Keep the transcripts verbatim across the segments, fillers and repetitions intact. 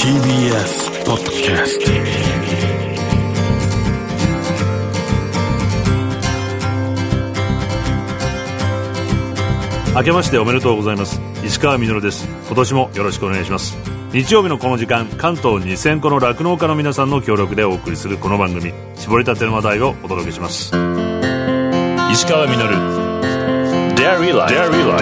ティービーエス ポッドキャスト。明けましておめでとうございます。石川みのるです。今年もよろしくお願いします。日曜日のこの時間、関東にせんこの酪農家の皆さんの協力でお送りするこの番組、絞りたての話題をお届けします。石川みのる Dairy Life。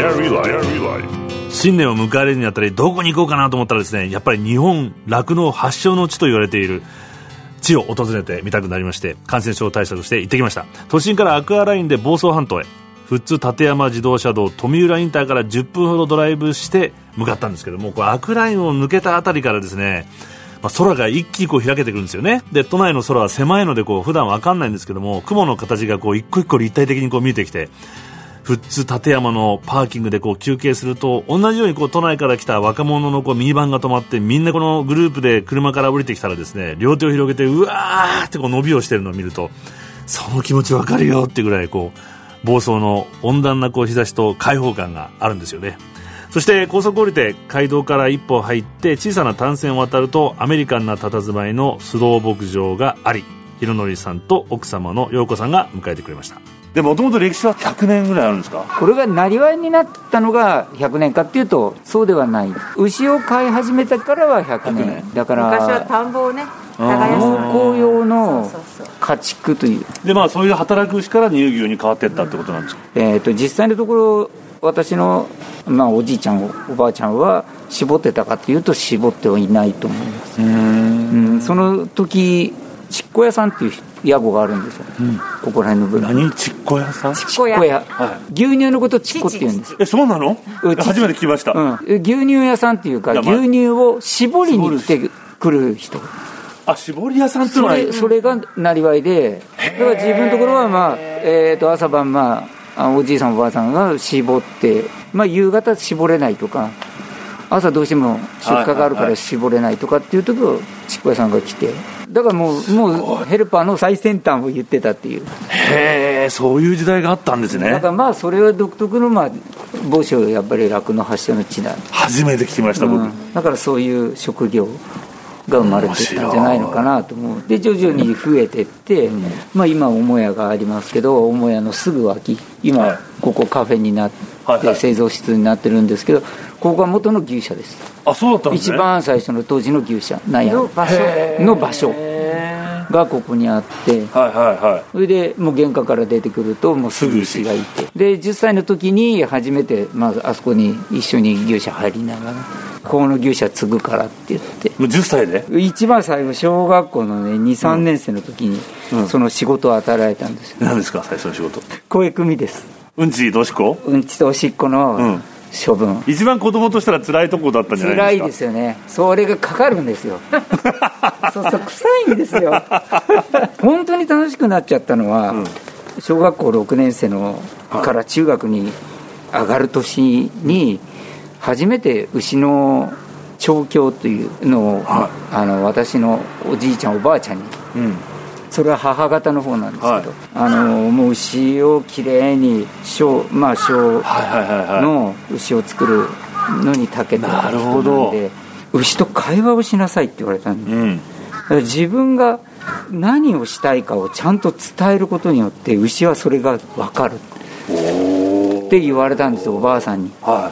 新年を迎えるにあたりどこに行こうかなと思ったらですね、やっぱり日本酪農発祥の地と言われている地を訪れてみたくなりまして、感染症対策して行ってきました。都心からアクアラインで房総半島へ、富津立山自動車道富浦インターからじゅっぷんほどドライブして向かったんですけども、これアクラインを抜けたあたりからですね、まあ、空が一気にこう開けてくるんですよね。で、都内の空は狭いのでこう普段わかんないんですけども、雲の形がこう一個一個立体的にこう見えてきて、富津立山のパーキングでこう休憩すると、同じようにこう都内から来た若者のこうミニバンが止まって、みんなこのグループで車から降りてきたらですね、両手を広げてうわーってこう伸びをしてるのを見ると、その気持ちわかるよってぐらいこう房総の温暖なこう日差しと開放感があるんですよね。そして高速降りて街道から一歩入って小さな単線を渡ると、アメリカンな佇まいのスロー牧場があり、弘則さんと奥様の陽子さんが迎えてくれました。でもともと歴史はひゃくねんぐらいあるんですか？ これがなりわいになったのがひゃくねんかっていうとそうではない。牛を飼い始めたからはひゃくねん、ひゃくねんだから、 昔は田んぼをね、 農耕用の家畜という。 で、まあ、そういう働く牛から乳牛に変わっていったってことなんですか？ えーと実際のところ、私の、まあ、おじいちゃんおばあちゃんは絞ってたかというと絞ってはいないと思います。うーん、うん、その時ちっこ屋さんっていう屋号があるんですよ、うん、ここら辺の部分。 何？ちっこ屋さん？ ちっこ屋、はい、牛乳のことちっこって言うんです。 え、そうなの？初めて聞きました、うん、 牛乳屋さんっていうか、牛乳を絞りに来てくる人。 あ、絞り屋さんってのはそれ、 それがなりわいで、だから自分のところは、まあえー、と朝晩、まあ、おじいさんおばあさんが絞って、まあ、夕方絞れないとか、朝どうしても出荷があるから絞れないとかっていうところ、ちっこ屋さんが来て、だからもう、もうヘルパーの最先端を言ってたっていう。 へえ、そういう時代があったんですね。 だからまあそれは独特の、まあ房総やっぱり酪農発祥の地だ。 初めて聞きました、僕、うん、 だからそういう職業が生まれていったんじゃないのかなと思う。で徐々に増えていって、うん、まあ、今母屋がありますけど、母屋のすぐ脇、今、はい、ここカフェになって、はいはい、製造室になってるんですけど、ここが元の牛舎です。 あ、そうだったんですね。 一番最初の当時の牛舎なんやの場所の場所がここにあって、はいはいはい、それでもう玄関から出てくるともうすぐ牛がいて、でじゅっさいの時に初めて、まあ、あそこに一緒に牛舎入りながら、この牛舎継ぐからって言って、 もうじゅっさいで一番最後小学校のね に,さん 年生の時に、うん、その仕事を与えられたんですよ。 何ですか最初の仕事？ 声組みです。 うんちとおしっこ？うんちとおしっこの、うん処分。 一番子供としたら辛いとこだったんじゃないですか？ 辛いですよね。それがかかるんですよそうそう、臭いんですよ本当に楽しくなっちゃったのは、うん、小学校ろくねん生のから中学に上がる年に初めて牛の調教というのを、はい、あの私のおじいちゃんおばあちゃんに、うん、それは母方の方なんですけど、はい、あのもう牛をきれいに小、まあ、小の牛を作るのに長けた人なんで、牛と会話をしなさいって言われたんで、うん、だから自分が何をしたいかをちゃんと伝えることによって牛はそれが分かるって言われたんですよ、おばあさんに、はい、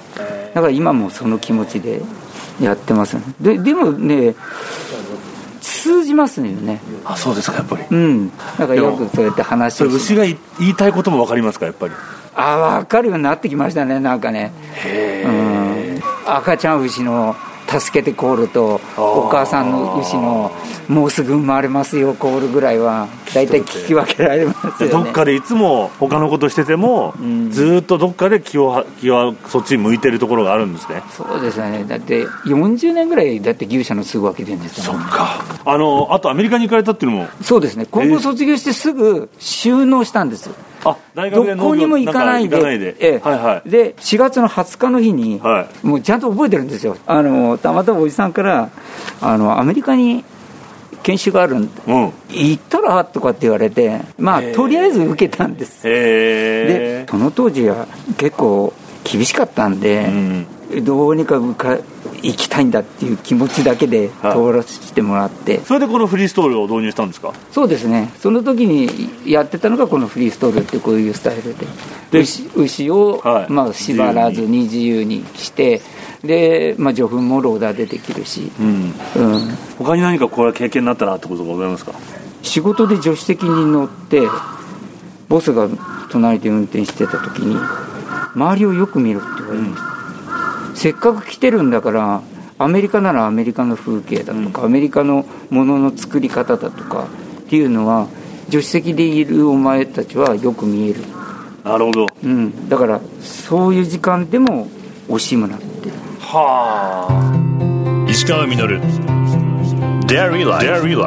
だから今もその気持ちでやってます。 で, でもね通じますよね。 あ、そうですか、やっぱり。 うん。だからよくそうやって話を。 牛が言いたいことも分かりますか、やっぱり。 あ、分かるようになってきましたね、なんかね。へー、うん、赤ちゃん牛の助けてコールとお母さんの牛のもうすぐ生まれますよコールぐらいはだいたい聞き分けられますよね。 どっかでいつも他のことしてても、うん、ずっとどっかで気を気はそっちに向いてるところがあるんですね。 そうですね。だってよんじゅうねんぐらいだって牛舎のすぐ分けてるんですよ、 ね、そっか。あのあとアメリカに行かれたっていうのも。 そうですね。高校卒業してすぐ収納したんですよ。 あ、大学で農業どこにも行かないで、 ないで、ええ、はいはい、 でしがつのはつかの日に、はい、もうちゃんと覚えてるんですよ。あのたまたまおじさんからあのアメリカに研修があるんで、うん、行ったらとかって言われて、まあとりあえず受けたんです。でその当時は結構厳しかったんで、うん、どうにか受か行きたいんだっていう気持ちだけで通らせてもらって、はい、 それでこのフリーストールを導入したんですか？ そうですね、その時にやってたのがこのフリーストールってこういうスタイルで、で 牛, 牛を、はい、まあ、縛らずに自由にしてで、まあ、助粉もローダーでできるし、うんうん、 他に何かこれは経験になったなってことがございますか？ 仕事で助手席に乗ってボスが隣で運転してた時に周りをよく見ろって言われました、うん、せっかく来てるんだからアメリカならアメリカの風景だとか、うん、アメリカのものの作り方だとかっていうのは助手席でいるお前たちはよく見える。 なるほど、 うん、だからそういう時間でも惜しむなって。 はあ。石川稔 Dairy Life Dairy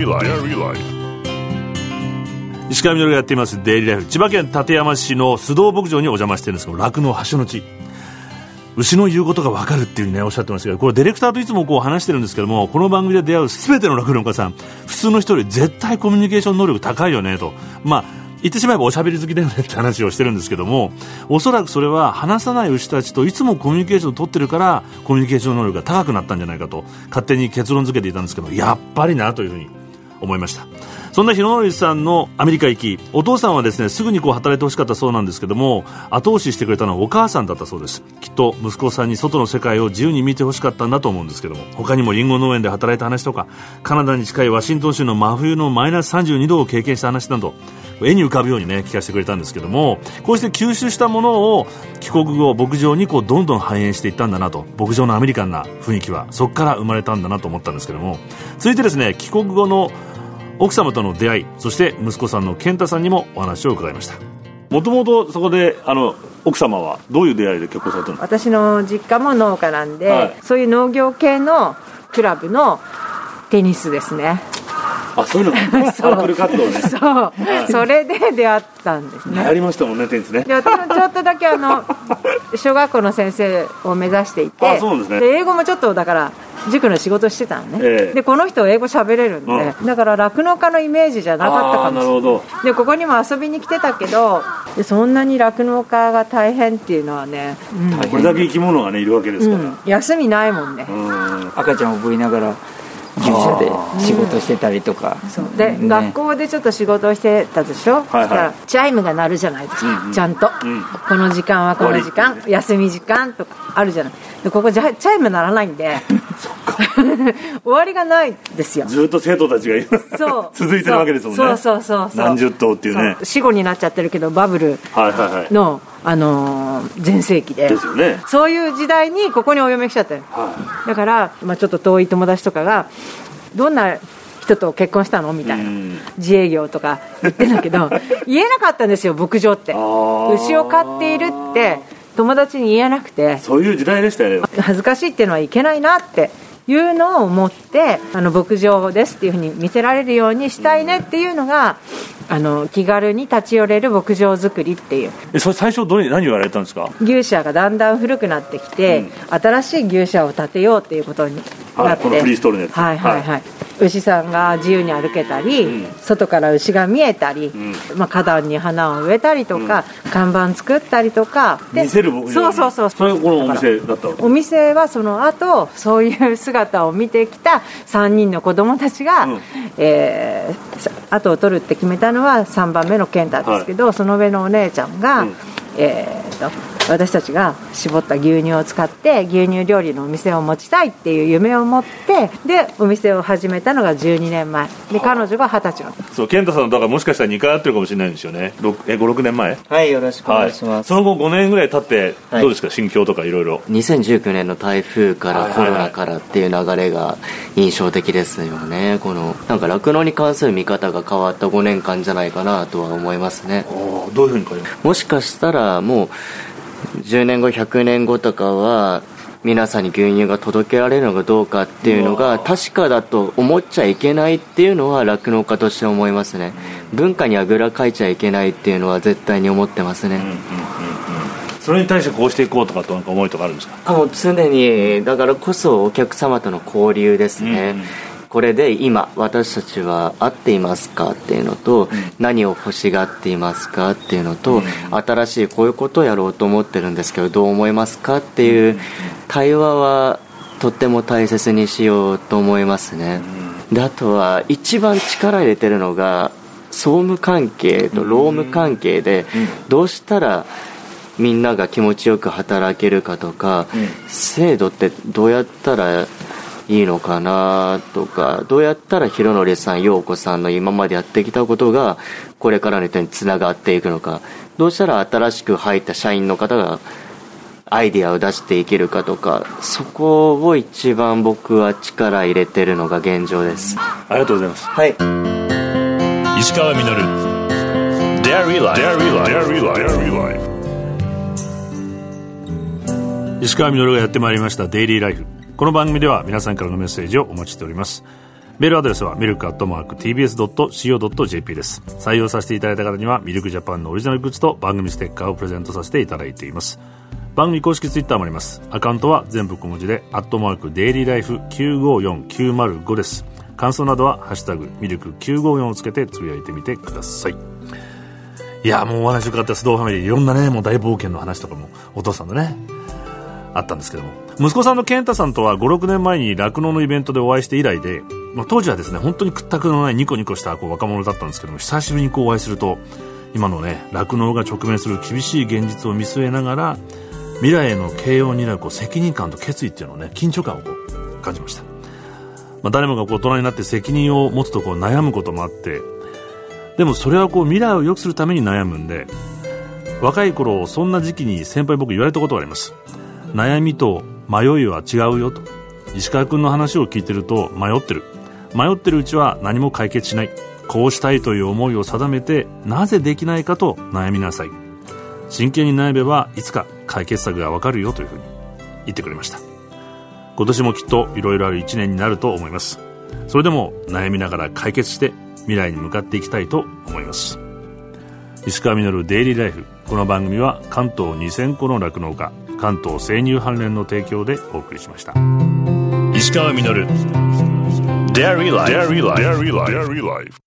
Life 石川稔がやっていますデイリーライフ、千葉県館山市の須藤牧場にお邪魔してるんですけど、酪農発祥の地、牛の言うことが分かるっていうふうにねおっしゃってましたけど、これディレクターといつもこう話してるんですけども、この番組で出会う全ての酪農家さん、普通の人より絶対コミュニケーション能力高いよねと、まあ言ってしまえばおしゃべり好きだよねって話をしてるんですけども、おそらくそれは話さない牛たちといつもコミュニケーションを取ってるからコミュニケーション能力が高くなったんじゃないかと勝手に結論付けていたんですけど、やっぱりなというふうに思いました。そんな弘典さんのアメリカ行き、お父さんはですねすぐにこう働いてほしかったそうなんですけども、後押ししてくれたのはお母さんだったそうです。きっと息子さんに外の世界を自由に見てほしかったんだと思うんですけども、他にもリンゴ農園で働いた話とか、カナダに近いワシントン州の真冬のマイナスさんじゅうにどを経験した話など絵に浮かぶようにね聞かせてくれたんですけども、こうして吸収したものを帰国後牧場にこうどんどん反映していったんだなと、牧場のアメリカンな雰囲気はそこから生まれたんだなと思ったんですけども、続いてですね帰国後の奥様との出会い、そして息子さんの健太さんにもお話を伺いました。もともとそこであの奥様はどういう出会いで結婚されたの？ 私の実家も農家なんで、はい、そういう農業系のクラブのテニスですね。 あ、そういうのサークル活動ね。 そう、はい、それで出会ったんですね。 やりましたもんねテニスね。 で私もちょっとだけあの小学校の先生を目指していて、 あ、そうですね。 で英語もちょっとだから塾の仕事してたのね、えー、でこの人英語喋れるんで、うん、だから酪農家のイメージじゃなかったかもしれない。なるほど。でここにも遊びに来てたけど、でそんなに酪農家が大変っていうのはね、 うん、これだけ生き物がねいるわけですから、うん、 休みないもんね。うん、 赤ちゃんを覚えながら牛舎で仕事してたりとか、 うん、そうで、ね、学校でちょっと仕事をしてたでしょ、はいはい、そしたらチャイムが鳴るじゃないですか、うんうん、ちゃんと、うん、この時間はこの時間、休み時間とかあるじゃない。でここじゃチャイム鳴らないんでそっか終わりがないですよ。 ずっと生徒たちがそう続いてるわけですもんね。 そうそうそうそう、 何十頭っていうね。 死後になっちゃってるけどバブルの、はいはいはい、あのー、全盛期でですよね。 そういう時代にここにお嫁来ちゃったよ、はい、だから、まあ、ちょっと遠い友達とかがどんな人と結婚したのみたいな、自営業とか言ってんだけど言えなかったんですよ牧場って。牛を飼っているって友達に言えなくて、 そういう時代でしたよね。 恥ずかしいっていうのはいけないなっていうのを思って、あの牧場ですっていうふうに見せられるようにしたいねっていうのが、あの気軽に立ち寄れる牧場作りっていう。 えそれ最初どう何言われたんですか？ 牛舎がだんだん古くなってきて、うん、新しい牛舎を建てようっていうことになって、はい、 このフリーストールのやつ、 はいはいはい、はい、牛さんが自由に歩けたり、うん、外から牛が見えたり、うん、まあ、花壇に花を植えたりとか、うん、看板作ったりとかで見せる牧場。 そうそうそう。 それがこのお店だったの？ お店はその後そういう姿を見てきたさんにんの子供たちが、うん、えー、後を取るって決めたのはさんばんめの健太ですけど、はい、その上のお姉ちゃんが、うん、えー、と私たちが絞った牛乳を使って牛乳料理のお店を持ちたいっていう夢を持って、でお店を始めたのがじゅうにねんまえで、彼女がはたちの。 そう健太さんだからもしかしたらにかい会ってるかもしれないんですよね。えごろくねんまえ。 はい、よろしくお願いします、はい、 その後ごねんぐらい経ってどうですか、はい、心境とかいろいろ。 にせんじゅうきゅうねんの台風からコロナからっていう流れが印象的ですよね。このなんか酪農に関する見方が変わったごねんかんじゃないかなとは思いますね。 おどういうふうに変わりますか？ もしかしたらもうじゅうねんごひゃくねんごとかは皆さんに牛乳が届けられるのかどうかっていうのが確かだと思っちゃいけないっていうのは酪農家として思いますね。文化にあぐらかいちゃいけないっていうのは絶対に思ってますね、うんうんうんうん、 それに対してこうしていこうとかとなんか思いとかあるんですか？ もう常にだからこそお客様との交流ですね、うんうん、これで今私たちは合っていますかっていうのと、うん、何を欲しがっていますかっていうのと、うん、新しいこういうことをやろうと思ってるんですけどどう思いますかっていう対話はとっても大切にしようと思いますね。であとは一番力入れてるのが総務関係と労務関係で、どうしたらみんなが気持ちよく働けるかとか、制度ってどうやったらいいのかなとか、どうやったら弘則さん、陽子さんの今までやってきたことがこれからの人につながっていくのか、どうしたら新しく入った社員の方がアイディアを出していけるかとか、そこを一番僕は力入れてるのが現状です。 ありがとうございます。 はい。 石川稔 Dairy Life。 石川稔がやってまいりましたデイリーライフ。この番組では皆さんからのメッセージをお待ちしております。メールアドレスはミルクアットマーク ティービーエスドットシーオードットジェーピー です。採用させていただいた方にはミルクジャパンのオリジナルグッズと番組ステッカーをプレゼントさせていただいています。番組公式ツイッターもあります。アカウントは全部小文字でアットマークデイリーライフきゅうごよんきゅうまるごです。感想などはハッシュタグミルクきゅうごよんをつけてつぶやいてみてください。いやもうお話伺った須藤ファミリー、いろんなねもう大冒険の話とかもお父さんのねあったんですけども、息子さんの健太さんとはごろくねんまえに酪農のイベントでお会いして以来で、まあ、当時はですね本当に屈託のないニコニコしたこう若者だったんですけども、久しぶりにこうお会いすると今のね酪農が直面する厳しい現実を見据えながら未来への経営を担うこう責任感と決意っていうのをね、緊張感をこう感じました。まあ、誰もがこう大人になって責任を持つとこう悩むこともあって、でもそれはこう未来を良くするために悩むんで、若い頃そんな時期に先輩僕言われたことがあります。悩みと迷いは違うよと。石川君の話を聞いてると迷ってる迷ってるうちは何も解決しない。こうしたいという思いを定めてなぜできないかと悩みなさい。真剣に悩めばいつか解決策がわかるよというふうに言ってくれました。今年もきっといろいろある一年になると思います。それでも悩みながら解決して未来に向かっていきたいと思います。石川稔デイリーライフ。この番組は関東にせんこの酪農家関東生乳関連の提供でお送りしました。石川稔 Dairy Life